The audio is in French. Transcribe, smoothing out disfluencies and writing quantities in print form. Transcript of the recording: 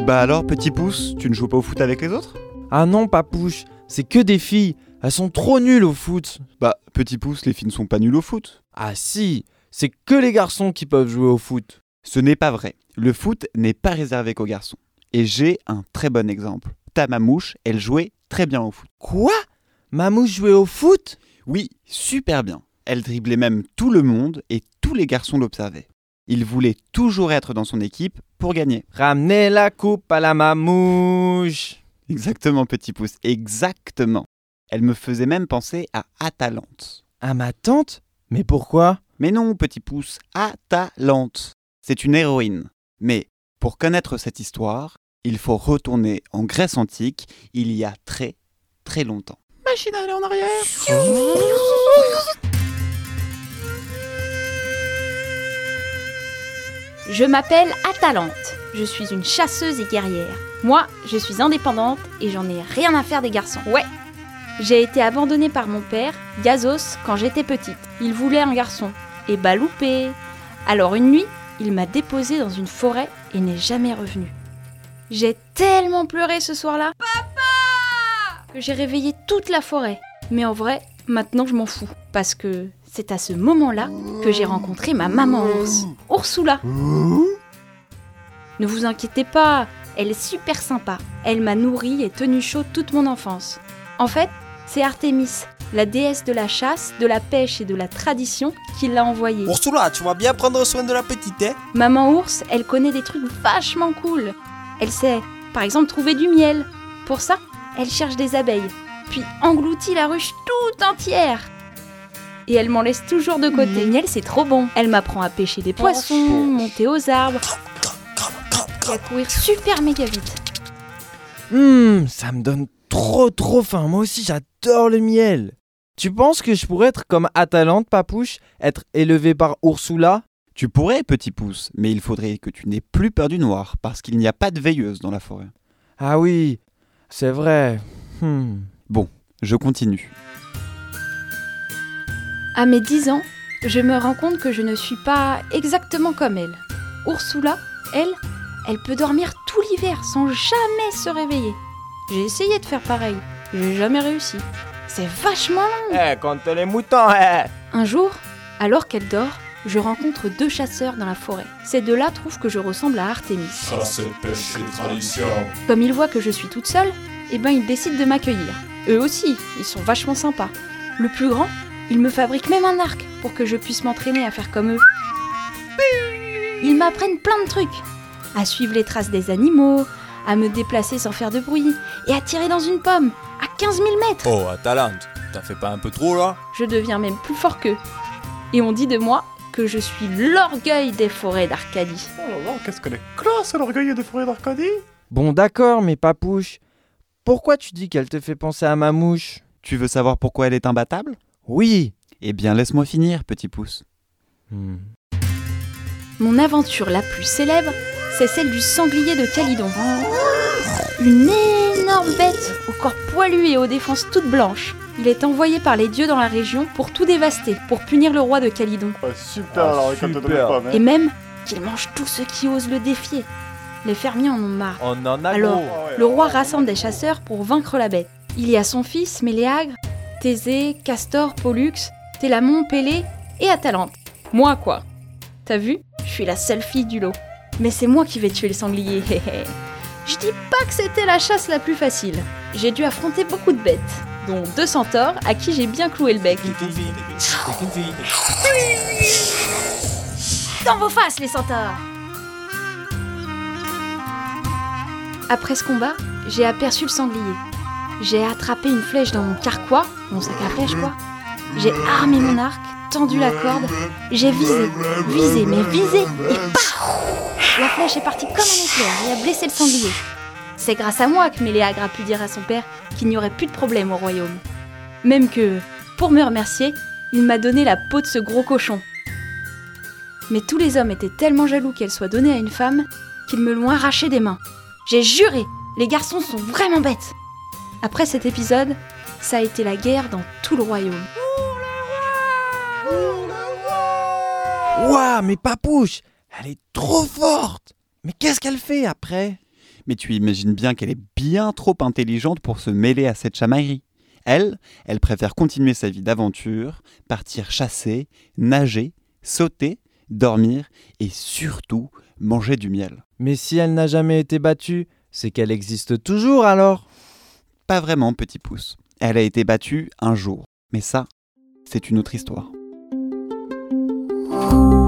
Bah alors, petit pouce, tu ne joues pas au foot avec les autres ? Ah non, Papouche, c'est que des filles. Elles sont trop nulles au foot. Bah, petit pouce, les filles ne sont pas nulles au foot. Ah si, c'est que les garçons qui peuvent jouer au foot. Ce n'est pas vrai. Le foot n'est pas réservé qu'aux garçons. Et j'ai un très bon exemple. Ta mamouche, elle jouait très bien au foot. Quoi ? Mamouche jouait au foot ? Oui, super bien. Elle driblait même tout le monde et tous les garçons l'observaient. Il voulait toujours être dans son équipe pour gagner. Ramenez la coupe à la mamouche. Exactement, petit pouce, exactement. Elle me faisait même penser à Atalante. À ma tante ? Mais pourquoi ? Mais non, petit pouce, Atalante. C'est une héroïne. Mais pour connaître cette histoire, il faut retourner en Grèce antique, il y a très, très longtemps. Machine à aller en arrière. Je m'appelle Atalante. Je suis une chasseuse et guerrière. Moi, je suis indépendante et j'en ai rien à faire des garçons. Ouais. J'ai été abandonnée par mon père, Gazos, quand j'étais petite. Il voulait un garçon. Et bah loupé. Alors une nuit, il m'a déposée dans une forêt et n'est jamais revenu. J'ai tellement pleuré ce soir-là. Papa ! Que j'ai réveillé toute la forêt. Mais en vrai, maintenant je m'en fous. Parce que c'est à ce moment-là que j'ai rencontré ma maman ours, Ursula. Ne vous inquiétez pas, elle est super sympa. Elle m'a nourrie et tenu chaud toute mon enfance. En fait, c'est Artémis, la déesse de la chasse, de la pêche et de la tradition, qui l'a envoyée. Ursula, tu vas bien prendre soin de la petite, hein ? Maman ours, elle connaît des trucs vachement cool. Elle sait, par exemple, trouver du miel. Pour ça, elle cherche des abeilles, puis engloutit la ruche toute entière. Et elle m'en laisse toujours de côté. Le miel, c'est trop bon. Elle m'apprend à pêcher des poissons, monter aux arbres, et à courir super méga vite. Ça me donne trop faim. Moi aussi, j'adore le miel. Tu penses que je pourrais être comme Atalante, Papouche, être élevé par Ursula ? Tu pourrais, petit pouce, mais il faudrait que tu n'aies plus peur du noir, parce qu'il n'y a pas de veilleuse dans la forêt. Ah oui, c'est vrai. Bon, je continue. À mes 10 ans, je me rends compte que je ne suis pas exactement comme elle. Ursula, elle peut dormir tout l'hiver sans jamais se réveiller. J'ai essayé de faire pareil, j'ai jamais réussi. C'est vachement long. Compte les moutons, Un jour, alors qu'elle dort, je rencontre 2 chasseurs dans la forêt. Ces 2-là trouvent que je ressemble à Artémis. Chasse et pêche et tradition. Comme ils voient que je suis toute seule, ils décident de m'accueillir. Eux aussi, ils sont vachement sympas. Le plus grand, il me fabrique même un arc pour que je puisse m'entraîner à faire comme eux. Ils m'apprennent plein de trucs. À suivre les traces des animaux, à me déplacer sans faire de bruit, et à tirer dans une pomme, à 15 000 mètres. Oh, Atalante, t'as fait pas un peu trop là ? Je deviens même plus fort qu'eux. Et on dit de moi que je suis l'orgueil des forêts d'Arcadie. Oh là là, qu'est-ce qu'elle est classe, l'orgueil des forêts d'Arcadie. Bon d'accord, mais Papouche, pourquoi tu dis qu'elle te fait penser à Mamouche ? Tu veux savoir pourquoi elle est imbattable ? Oui. Eh bien, laisse-moi finir, petit pouce. Mon aventure la plus célèbre, c'est celle du sanglier de Calydon. Une énorme bête au corps poilu et aux défenses toutes blanches. Il est envoyé par les dieux dans la région pour tout dévaster, pour punir le roi de Calydon. Ouais, super, alors récolte de mes pommes. Et même qu'il mange tous ceux qui osent le défier. Les fermiers en ont marre. On en a Alors, gros. le roi rassemble des chasseurs pour vaincre la bête. Il y a son fils, Méléagre, Thésée, Castor, Pollux, Télamon, Pélée et Atalante. Moi quoi. T'as vu ? Je suis la seule fille du lot. Mais c'est moi qui vais tuer le sanglier. Je dis pas que c'était la chasse la plus facile. J'ai dû affronter beaucoup de bêtes, dont 2 centaures à qui j'ai bien cloué le bec. Dans vos faces, les centaures! Après ce combat, j'ai aperçu le sanglier. J'ai attrapé une flèche dans mon carquois, mon sac à pêche quoi. J'ai armé mon arc, tendu la corde, j'ai visé, et paf! La flèche est partie comme un éclair et a blessé le sanglier. C'est grâce à moi que Méléagre a pu dire à son père qu'il n'y aurait plus de problème au royaume. Même que, pour me remercier, il m'a donné la peau de ce gros cochon. Mais tous les hommes étaient tellement jaloux qu'elle soit donnée à une femme qu'ils me l'ont arrachée des mains. J'ai juré, les garçons sont vraiment bêtes. Après cet épisode, ça a été la guerre dans tout le royaume. Ouah, mais Papouche, elle est trop forte. Mais qu'est-ce qu'elle fait après ? Mais tu imagines bien qu'elle est bien trop intelligente pour se mêler à cette chamaillerie. Elle préfère continuer sa vie d'aventure, partir chasser, nager, sauter, dormir et surtout manger du miel. Mais si elle n'a jamais été battue, c'est qu'elle existe toujours alors. Pas vraiment, petit pouce. Elle a été battue un jour. Mais ça, c'est une autre histoire.